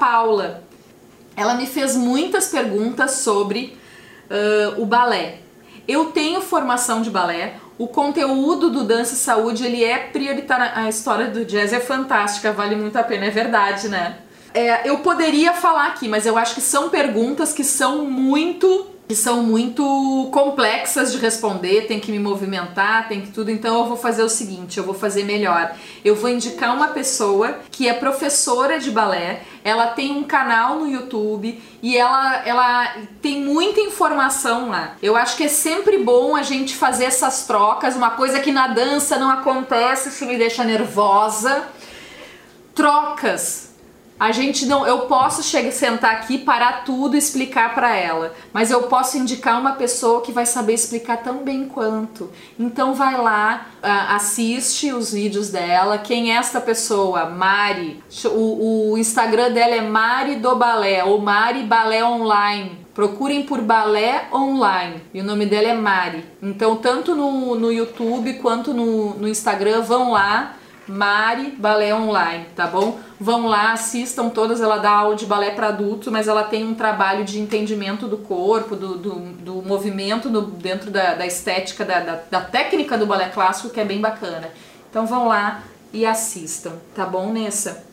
Paula. Ela me fez muitas perguntas sobre o balé. Eu tenho formação de balé, o conteúdo do Dança e Saúde, ele é prioritário, a história do jazz é fantástica, vale muito a pena, é verdade, né? Eu poderia falar aqui, mas eu acho que são perguntas que são muito complexas de responder, tem que me movimentar, tem que tudo, então eu vou fazer o seguinte, eu vou fazer melhor. Eu vou indicar uma pessoa que é professora de balé, ela tem um canal no YouTube e ela tem muita informação lá. Eu acho que é sempre bom a gente fazer essas trocas, uma coisa que na dança não acontece, isso me deixa nervosa. Trocas. A gente não, eu posso sentar aqui, parar tudo e explicar para ela, mas eu posso indicar uma pessoa que vai saber explicar tão bem quanto. Então vai lá, assiste os vídeos dela. Quem é esta pessoa? Mari. O Instagram dela é Mari do Balé ou Mari Balé Online. Procurem por Balé Online e o nome dela é Mari. Então tanto no YouTube quanto no Instagram, vão lá, Mari Balé Online, tá bom? Vão lá, assistam todas, ela dá aula de balé para adultos, mas ela tem um trabalho de entendimento do corpo, do movimento dentro da estética, da técnica do balé clássico, que é bem bacana. Então vão lá e assistam, tá bom, Nessa?